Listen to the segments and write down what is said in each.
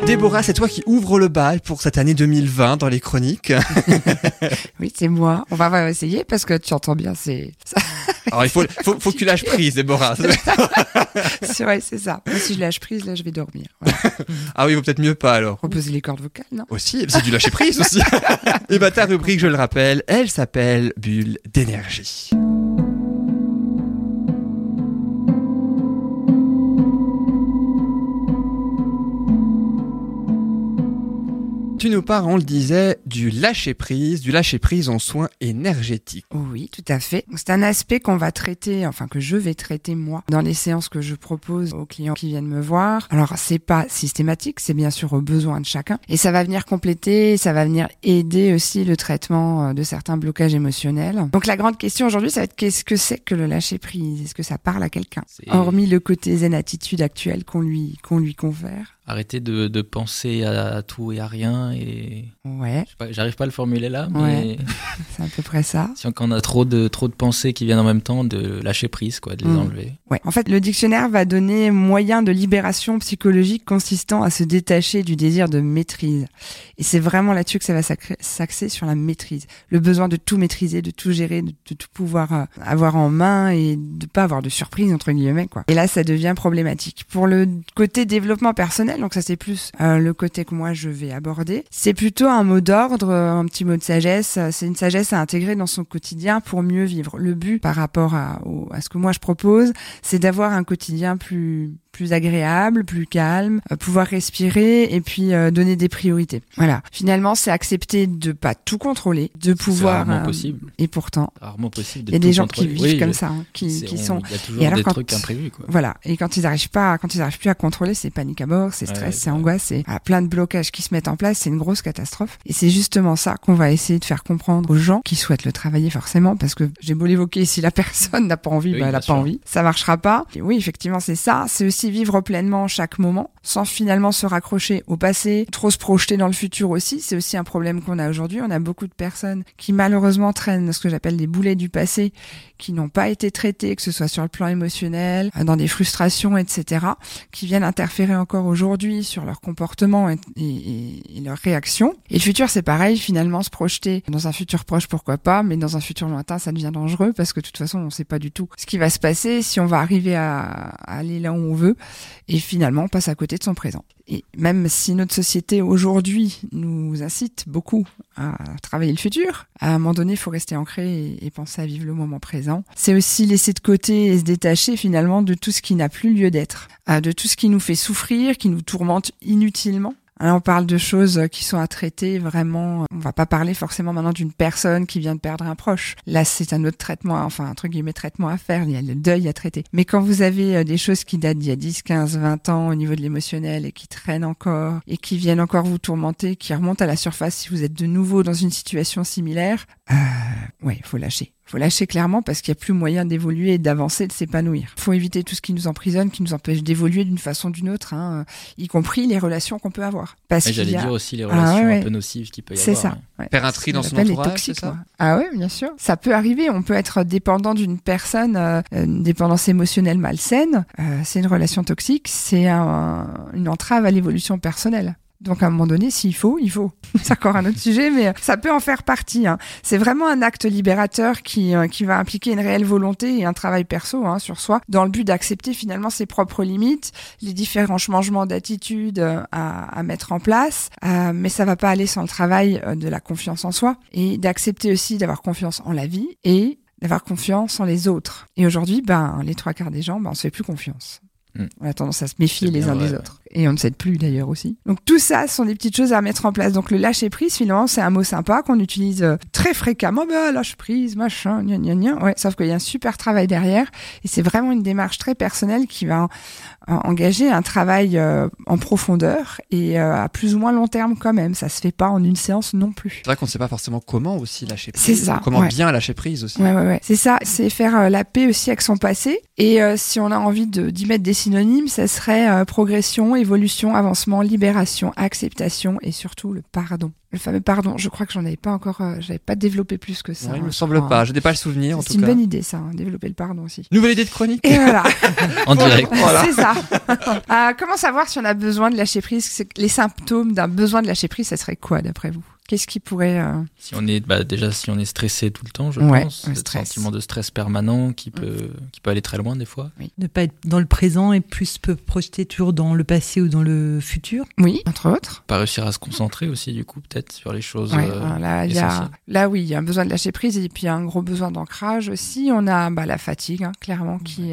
Déborah, c'est toi qui ouvre le bal pour cette année 2020 dans les chroniques. Oui, c'est moi. On va essayer parce que tu entends bien, c'est ça. Alors il faut que tu lâches prise, Déborah. C'est vrai, c'est ça. Moi, si je lâche prise, là, je vais dormir. Voilà. Ah oui, il vaut peut-être mieux pas alors. Reposer les cordes vocales, non? Aussi, c'est du lâcher prise aussi. Et ta rubrique, je le rappelle, elle s'appelle Bulle d'énergie. Tu nous parles, on le disait, du lâcher-prise en soins énergétiques. Oui, tout à fait. C'est un aspect qu'on va traiter, que je vais traiter moi, dans les séances que je propose aux clients qui viennent me voir. Alors, c'est pas systématique, c'est bien sûr aux besoins de chacun. Et ça va venir compléter, ça va venir aider aussi le traitement de certains blocages émotionnels. Donc, la grande question aujourd'hui, ça va être qu'est-ce que c'est que le lâcher-prise? Est-ce que ça parle à quelqu'un? Hormis le côté zen attitude actuelle qu'on lui confère. Arrêter de penser à tout et à rien et... Ouais. J'arrive pas à le formuler là, mais... Ouais. C'est à peu près ça. Si on a trop de pensées qui viennent en même temps, de lâcher prise, quoi, de les enlever. Ouais. En fait, le dictionnaire va donner moyen de libération psychologique consistant à se détacher du désir de maîtrise. Et c'est vraiment là-dessus que ça va s'axer sur la maîtrise. Le besoin de tout maîtriser, de tout gérer, de tout pouvoir avoir en main et de pas avoir de surprise, entre guillemets, quoi. Et là, ça devient problématique. Pour le côté développement personnel, donc ça c'est plus le côté que moi je vais aborder, c'est plutôt un mot d'ordre, un petit mot de sagesse. C'est une sagesse à intégrer dans son quotidien pour mieux vivre. Le but par rapport à ce que moi je propose, c'est d'avoir un quotidien plus agréable, plus calme, pouvoir respirer et puis donner des priorités. Voilà. Finalement, c'est accepter de pas tout contrôler, de pouvoir... C'est rarement possible. Et pourtant... Rarement possible de il y a tout des gens contrôler. qui vivent comme ça, qui sont... Il y a toujours des trucs imprévus, quoi. Voilà. Et quand ils arrivent plus à contrôler, c'est panique à bord, c'est stress, c'est angoisse, c'est plein de blocages qui se mettent en place, c'est une grosse catastrophe. Et c'est justement ça qu'on va essayer de faire comprendre aux gens qui souhaitent le travailler forcément, parce que j'ai beau l'évoquer, si la personne n'a pas envie, elle a pas envie. Ça marchera pas. Et oui, effectivement, c'est ça. C'est aussi vivre pleinement chaque moment, sans finalement se raccrocher au passé, trop se projeter dans le futur aussi. C'est aussi un problème qu'on a aujourd'hui. On a beaucoup de personnes qui malheureusement traînent ce que j'appelle des boulets du passé, qui n'ont pas été traitées, que ce soit sur le plan émotionnel, dans des frustrations, etc., qui viennent interférer encore aujourd'hui sur leur comportement et leurs réactions. Et le futur, c'est pareil, finalement, se projeter dans un futur proche, pourquoi pas, mais dans un futur lointain, ça devient dangereux parce que de toute façon, on ne sait pas du tout ce qui va se passer, si on va arriver à aller là où on veut, et finalement, on passe à côté de son présent. Et même si notre société aujourd'hui nous incite beaucoup à travailler le futur, à un moment donné, il faut rester ancré et penser à vivre le moment présent. C'est aussi laisser de côté et se détacher finalement de tout ce qui n'a plus lieu d'être, de tout ce qui nous fait souffrir, qui nous tourmente inutilement. On parle de choses qui sont à traiter vraiment. On va pas parler forcément maintenant d'une personne qui vient de perdre un proche. Là, c'est un autre traitement, entre guillemets, traitement à faire. Il y a le deuil à traiter. Mais quand vous avez des choses qui datent d'il y a 10, 15, 20 ans au niveau de l'émotionnel et qui traînent encore et qui viennent encore vous tourmenter, qui remontent à la surface si vous êtes de nouveau dans une situation similaire, il faut lâcher. Il faut lâcher clairement parce qu'il n'y a plus moyen d'évoluer et d'avancer, de s'épanouir. Il faut éviter tout ce qui nous emprisonne, qui nous empêche d'évoluer d'une façon ou d'une autre, y compris les relations qu'on peut avoir. J'allais dire aussi les relations un peu nocives qu'il peut y avoir. C'est ça. Ouais. Faire un tri dans son entourage, c'est ça ? Ah oui, bien sûr. Ça peut arriver. On peut être dépendant d'une personne, une dépendance émotionnelle malsaine. C'est une relation toxique. C'est une entrave à l'évolution personnelle. Donc à un moment donné, s'il faut, il faut. C'est encore un autre sujet, mais ça peut en faire partie. C'est vraiment un acte libérateur qui va impliquer une réelle volonté et un travail perso sur soi, dans le but d'accepter finalement ses propres limites, les différents changements d'attitude à mettre en place. Mais ça va pas aller sans le travail de la confiance en soi et d'accepter aussi d'avoir confiance en la vie et d'avoir confiance en les autres. Et aujourd'hui, les 3/4 des gens, on se fait plus confiance. On a tendance à se méfier les uns des autres. Et on ne s'aide plus d'ailleurs aussi. Donc tout ça, ce sont des petites choses à mettre en place. Donc le lâcher prise, finalement, c'est un mot sympa qu'on utilise très fréquemment. Lâche prise, machin, gna gna gna. Ouais, sauf qu'il y a un super travail derrière. Et c'est vraiment une démarche très personnelle qui va engager un travail en profondeur et à plus ou moins long terme quand même. Ça se fait pas en une séance non plus. C'est vrai qu'on ne sait pas forcément comment aussi lâcher prise. C'est ça. Comment bien lâcher prise aussi. Ouais. C'est ça. C'est faire la paix aussi avec son passé. Et si on a envie d'y mettre des synonymes, ça serait progression, évolution, avancement, libération, acceptation et surtout le pardon. Le fameux pardon, je crois que j'en avais pas encore, j'avais pas développé plus que ça. Il me semble pas, je n'ai pas le souvenir en tout cas. C'est une bonne idée ça, développer le pardon aussi. Nouvelle idée de chronique. Et voilà. En direct. Voilà. C'est ça. Comment savoir si on a besoin de lâcher prise? Les symptômes d'un besoin de lâcher prise, ça serait quoi d'après vous? Qu'est-ce qui pourrait... Si on est, déjà, si on est stressé tout le temps, je pense, le sentiment de stress permanent qui peut aller très loin des fois. Oui. Ne pas être dans le présent et plus peut projeter toujours dans le passé ou dans le futur. Oui, entre autres. Pas réussir à se concentrer aussi, du coup, peut-être sur les choses essentielles. Oui, il y a un besoin de lâcher prise et puis un gros besoin d'ancrage aussi. On a la fatigue, clairement, qui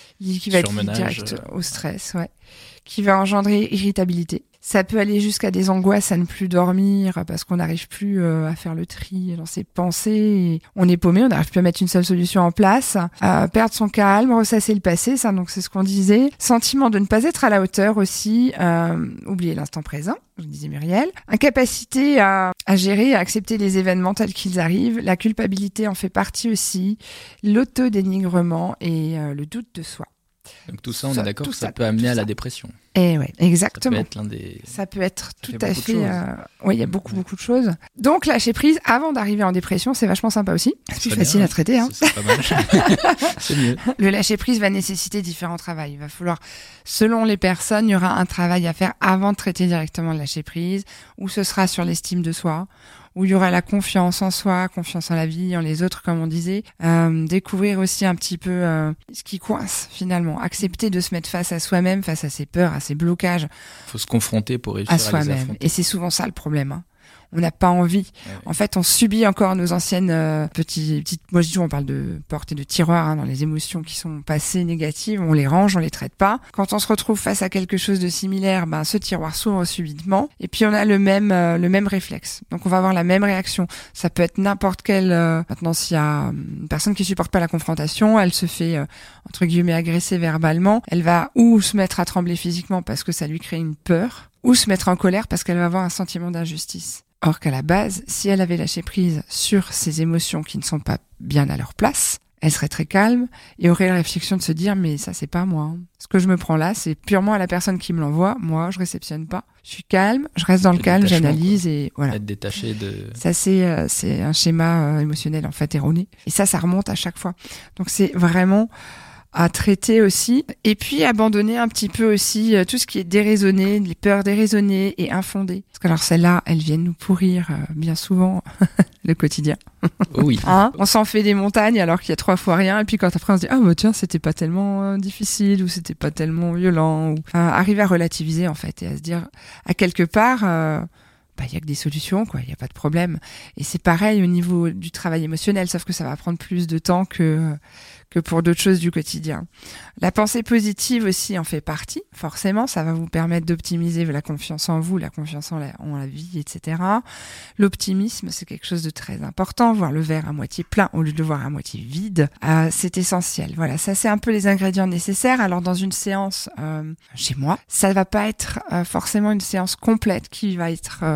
va être direct au stress, qui va engendrer irritabilité. Ça peut aller jusqu'à des angoisses à ne plus dormir parce qu'on n'arrive plus à faire le tri dans ses pensées. Et on est paumé, on n'arrive plus à mettre une seule solution en place. Perdre son calme, ressasser le passé, ça donc c'est ce qu'on disait. Sentiment de ne pas être à la hauteur aussi. Oublier l'instant présent, je disais Muriel. Incapacité à gérer, à accepter les événements tels qu'ils arrivent. La culpabilité en fait partie aussi. L'autodénigrement et le doute de soi. Donc tout ça, on est d'accord que ça peut amener à la dépression. Et ouais, exactement. Ça peut être tout à fait. Il y a beaucoup de choses. Donc lâcher prise avant d'arriver en dépression, c'est vachement sympa aussi. C'est plus facile à traiter. C'est pas mal. C'est mieux. Le lâcher prise va nécessiter différents travaux. Il va falloir, selon les personnes, il y aura un travail à faire avant de traiter directement le lâcher prise, ou ce sera sur l'estime de soi, où il y aura la confiance en soi, confiance en la vie, en les autres, comme on disait. Découvrir aussi un petit peu ce qui coince, finalement. Accepter de se mettre face à soi-même, face à ses peurs, à ses blocages. Il faut se confronter pour réussir à les soi-même. affronter. Et c'est souvent ça le problème. On n'a pas envie. Ouais. En fait, on subit encore nos anciennes petites... Moi, je dis, on parle de porte et de tiroir dans les émotions qui sont passées négatives. On les range, on les traite pas. Quand on se retrouve face à quelque chose de similaire, ce tiroir s'ouvre subitement. Et puis, on a le même réflexe. Donc, on va avoir la même réaction. Ça peut être n'importe quelle... Maintenant, s'il y a une personne qui supporte pas la confrontation, elle se fait, entre guillemets, agresser verbalement. Elle va ou se mettre à trembler physiquement parce que ça lui crée une peur, ou se mettre en colère parce qu'elle va avoir un sentiment d'injustice. Or qu'à la base, si elle avait lâché prise sur ses émotions qui ne sont pas bien à leur place, elle serait très calme et aurait la réflexion de se dire « mais ça, c'est pas moi. Ce que je me prends là, c'est purement à la personne qui me l'envoie. Moi, je réceptionne pas. Je suis calme, je reste dans le calme, j'analyse et voilà. » Être détaché de... Ça, c'est un schéma émotionnel en fait erroné. Et ça remonte à chaque fois. Donc c'est vraiment... à traiter aussi, et puis abandonner un petit peu aussi tout ce qui est déraisonné, les peurs déraisonnées et infondées. Parce que alors celles-là, elles viennent nous pourrir bien souvent le quotidien. Oh oui. On s'en fait des montagnes alors qu'il y a 3 fois rien, et puis quand après on se dit tiens, c'était pas tellement difficile ou c'était pas tellement violent, ou arriver à relativiser en fait et à se dire à quelque part il y a que des solutions, il n'y a pas de problème. Et c'est pareil au niveau du travail émotionnel, sauf que ça va prendre plus de temps que pour d'autres choses du quotidien. La pensée positive aussi en fait partie, forcément, ça va vous permettre d'optimiser la confiance en vous, la confiance en la vie, etc. L'optimisme, c'est quelque chose de très important, voir le verre à moitié plein au lieu de le voir à moitié vide, c'est essentiel. Voilà, ça c'est un peu les ingrédients nécessaires. Alors dans une séance chez moi, ça va pas être forcément une séance complète qui va y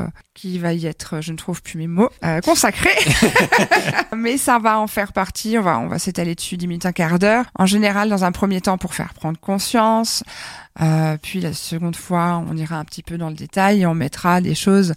être, je ne trouve plus mes mots, consacrée, mais ça va en faire partie. On va s'étaler dessus 10 minutes, un quart d'heure. En général, dans un premier temps, pour faire prendre conscience. Puis la seconde fois, on ira un petit peu dans le détail et on mettra des choses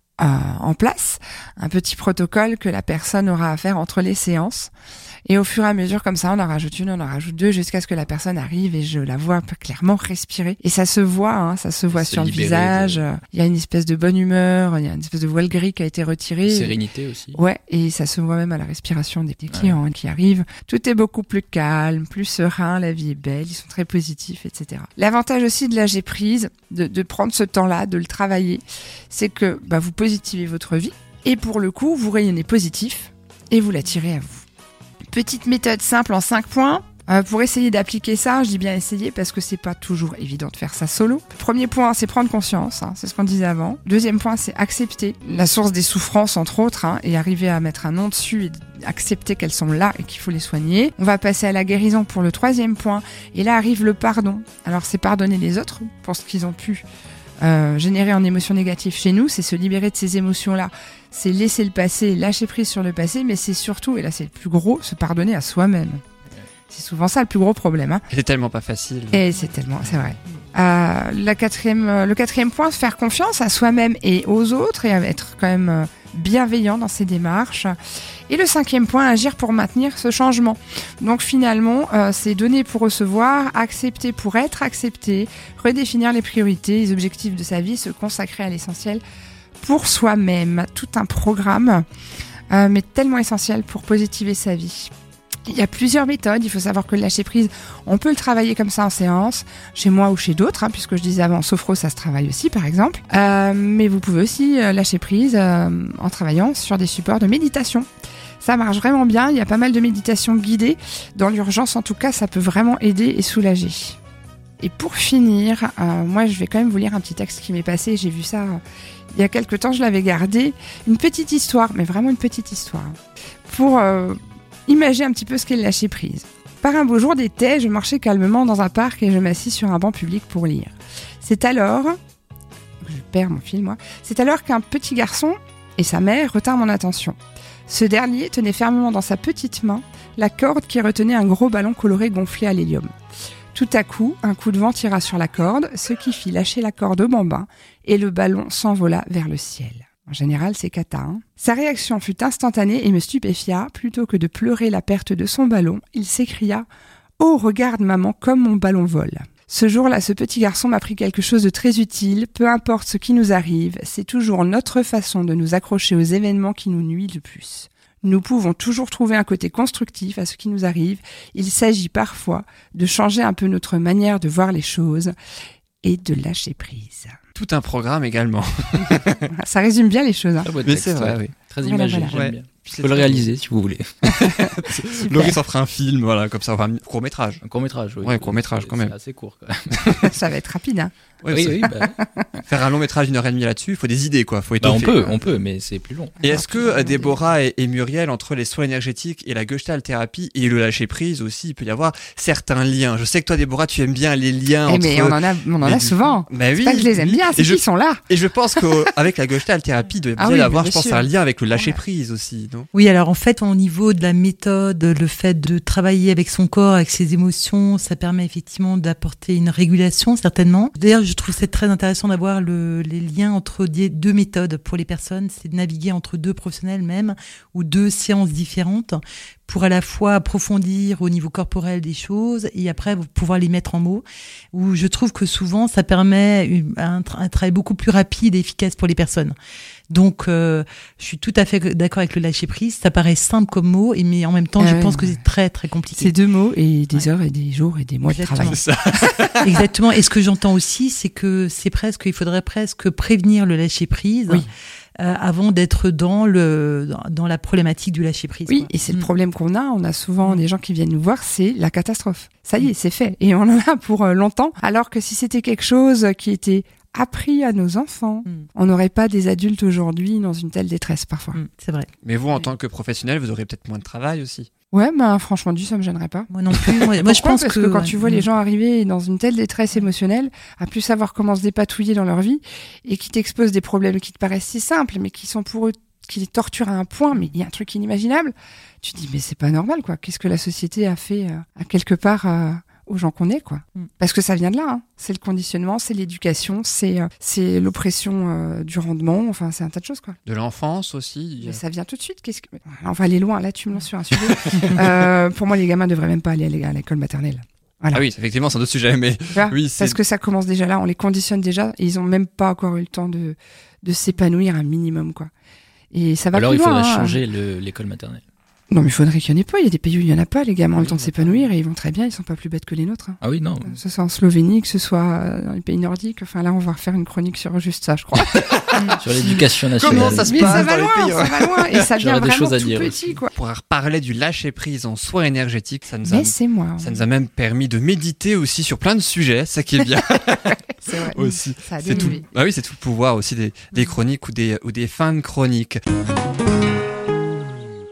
en place. Un petit protocole que la personne aura à faire entre les séances. Et au fur et à mesure, comme ça, on en rajoute une, on en rajoute 2, jusqu'à ce que la personne arrive et je la vois clairement respirer. Et ça se voit, ça se voit sur le visage. Il y a une espèce de bonne humeur, il y a une espèce de voile gris qui a été retirée. Sérénité aussi. Ouais, et ça se voit même à la respiration des clients qui arrivent. Tout est beaucoup plus calme, plus serein, la vie est belle, ils sont très positifs, etc. L'avantage aussi de lâcher prise, de prendre ce temps-là, de le travailler, c'est que vous positivez votre vie et pour le coup, vous rayonnez positif et vous l'attirez à vous. Petite méthode simple en 5 points. Pour essayer d'appliquer ça, je dis bien essayer parce que c'est pas toujours évident de faire ça solo. Premier point, c'est prendre conscience, c'est ce qu'on disait avant. Deuxième point, c'est accepter la source des souffrances, entre autres, et arriver à mettre un nom dessus et accepter qu'elles sont là et qu'il faut les soigner. On va passer à la guérison pour le 3e point. Et là arrive le pardon. Alors c'est pardonner les autres pour ce qu'ils ont pu générer en émotions négatives chez nous, c'est se libérer de ces émotions-là, c'est laisser le passé, lâcher prise sur le passé, mais c'est surtout, et là c'est le plus gros, se pardonner à soi-même. C'est souvent ça le plus gros problème. Et c'est tellement pas facile. Et c'est vrai. Le quatrième point, faire confiance à soi-même et aux autres et être quand même bienveillant dans ses démarches. Et le 5e point, agir pour maintenir ce changement. Donc finalement, c'est donner pour recevoir, accepter pour être accepté, redéfinir les priorités, les objectifs de sa vie, se consacrer à l'essentiel pour soi-même. Tout un programme, mais tellement essentiel pour positiver sa vie. Il y a plusieurs méthodes. Il faut savoir que le lâcher prise, on peut le travailler comme ça en séance, chez moi ou chez d'autres, puisque je disais avant, sophro, ça se travaille aussi, par exemple. Mais vous pouvez aussi lâcher prise en travaillant sur des supports de méditation. Ça marche vraiment bien. Il y a pas mal de méditations guidées. Dans l'urgence, en tout cas, ça peut vraiment aider et soulager. Et pour finir, moi, je vais quand même vous lire un petit texte qui m'est passé. J'ai vu ça il y a quelque temps, je l'avais gardé. Une petite histoire, mais vraiment une petite histoire. Pour imaginer un petit peu ce qu'est le lâcher prise. Par un beau jour d'été, je marchais calmement dans un parc et je m'assis sur un banc public pour lire. C'est alors... Je perds mon fil, moi. C'est alors qu'un petit garçon et sa mère retinrent mon attention. Ce dernier tenait fermement dans sa petite main la corde qui retenait un gros ballon coloré gonflé à l'hélium. Tout à coup, un coup de vent tira sur la corde, ce qui fit lâcher la corde au bambin et le ballon s'envola vers le ciel. En général, c'est cata. Sa réaction fut instantanée et me stupéfia. Plutôt que de pleurer la perte de son ballon, il s'écria « Oh, regarde maman, comme mon ballon vole !» Ce jour-là, ce petit garçon m'a appris quelque chose de très utile. Peu importe ce qui nous arrive, c'est toujours notre façon de nous accrocher aux événements qui nous nuisent le plus. Nous pouvons toujours trouver un côté constructif à ce qui nous arrive. Il s'agit parfois de changer un peu notre manière de voir les choses et de lâcher prise. Tout un programme également. Ça résume bien les choses. Mais c'est vrai, oui. Très imagé, voilà. j'aime bien. Je peux le réaliser si vous voulez. Laurie s'en fera un film, voilà, comme ça, un court-métrage. Un court-métrage, oui. Ouais, court-métrage quand même. C'est assez court, quand même. Ça va être rapide, Oui. Faire un long métrage d'1h30 là-dessus, il faut des idées, quoi. Faut étoffer, on peut, mais c'est plus long. Et est-ce que Déborah et Muriel, entre les soins énergétiques et la Gestalt-thérapie et le lâcher-prise aussi, il peut y avoir certains liens. Je sais que toi, Déborah, tu aimes bien les liens entre... Mais on en a souvent. Bah oui. C'est pas que je les aime bien, c'est qu'ils sont là. Et je pense qu'avec la Gestalt-thérapie, il doit y avoir, je pense, un lien avec le lâcher-prise aussi, non ? Oui, alors en fait, au niveau de la méthode, le fait de travailler avec son corps, avec ses émotions, ça permet effectivement d'apporter une régulation, certainement. D'ailleurs, je trouve c'est très intéressant d'avoir les liens entre deux méthodes pour les personnes. C'est de naviguer entre deux professionnels même, ou deux séances différentes, pour à la fois approfondir au niveau corporel des choses et après pouvoir les mettre en mots, où je trouve que souvent ça permet un travail beaucoup plus rapide et efficace pour les personnes. Donc, je suis tout à fait d'accord avec le lâcher-prise. Ça paraît simple comme mot, mais en même temps, je pense que c'est très, très compliqué. C'est 2 mots et des heures et des jours et des mois de travail. C'est ça. Exactement. Et ce que j'entends aussi, c'est que il faudrait presque prévenir le lâcher-prise. Oui. Avant d'être dans la problématique du lâcher-prise. Oui, et c'est le problème qu'on a. On a souvent des gens qui viennent nous voir, c'est la catastrophe. Ça y est, c'est fait. Et on en a pour longtemps. Alors que si c'était quelque chose qui était appris à nos enfants, on n'aurait pas des adultes aujourd'hui dans une telle détresse parfois. C'est vrai. Mais vous, en tant que professionnel, vous aurez peut-être moins de travail aussi. Ouais, franchement dit, ça me gênerait pas. Moi non plus. Moi, je pense parce que quand tu vois les gens arriver dans une telle détresse émotionnelle, à plus savoir comment se dépatouiller dans leur vie, et qui t'exposent des problèmes qui te paraissent si simples, mais qui sont pour eux, qui les torturent à un point, mais il y a un truc inimaginable. Tu te dis, mais c'est pas normal, quoi. Qu'est-ce que la société a fait à quelque part aux gens qu'on est, quoi. Parce que ça vient de là, C'est le conditionnement, c'est l'éducation, c'est l'oppression du rendement, enfin, c'est un tas de choses, quoi. De l'enfance aussi. Mais ça vient tout de suite. On va aller loin, là, tu me lances sur un sujet. Pour moi, les gamins devraient même pas aller à l'école maternelle. Voilà. Ah oui, effectivement, c'est un autre sujet, mais oui, parce que ça commence déjà là, on les conditionne déjà, et ils ont même pas encore eu le temps de s'épanouir un minimum, quoi. Et ça va alors, plus loin. Alors, il faudrait changer l'école maternelle. Non, mais il faudrait qu'il n'y en ait pas. Il y a des pays où il n'y en a pas. Les gamins ont le temps de s'épanouir et ils vont très bien. Ils ne sont pas plus bêtes que les nôtres. Ah oui, non. Que ce soit en Slovénie, que ce soit dans les pays nordiques. Enfin, là, on va refaire une chronique sur juste ça, je crois. Sur l'éducation nationale. Comment ça se passe ça va dans loin, les pays, ça va loin. Et ça vient vraiment tout dire petit, quoi. Pour reparler du lâcher-prise en soins énergétiques, ça nous a même permis de méditer aussi sur plein de sujets. Ça qui est bien. C'est vrai. Aussi. Ça a c'est tout. Bah oui, c'est tout le pouvoir aussi des chroniques ou des fins de chroniques.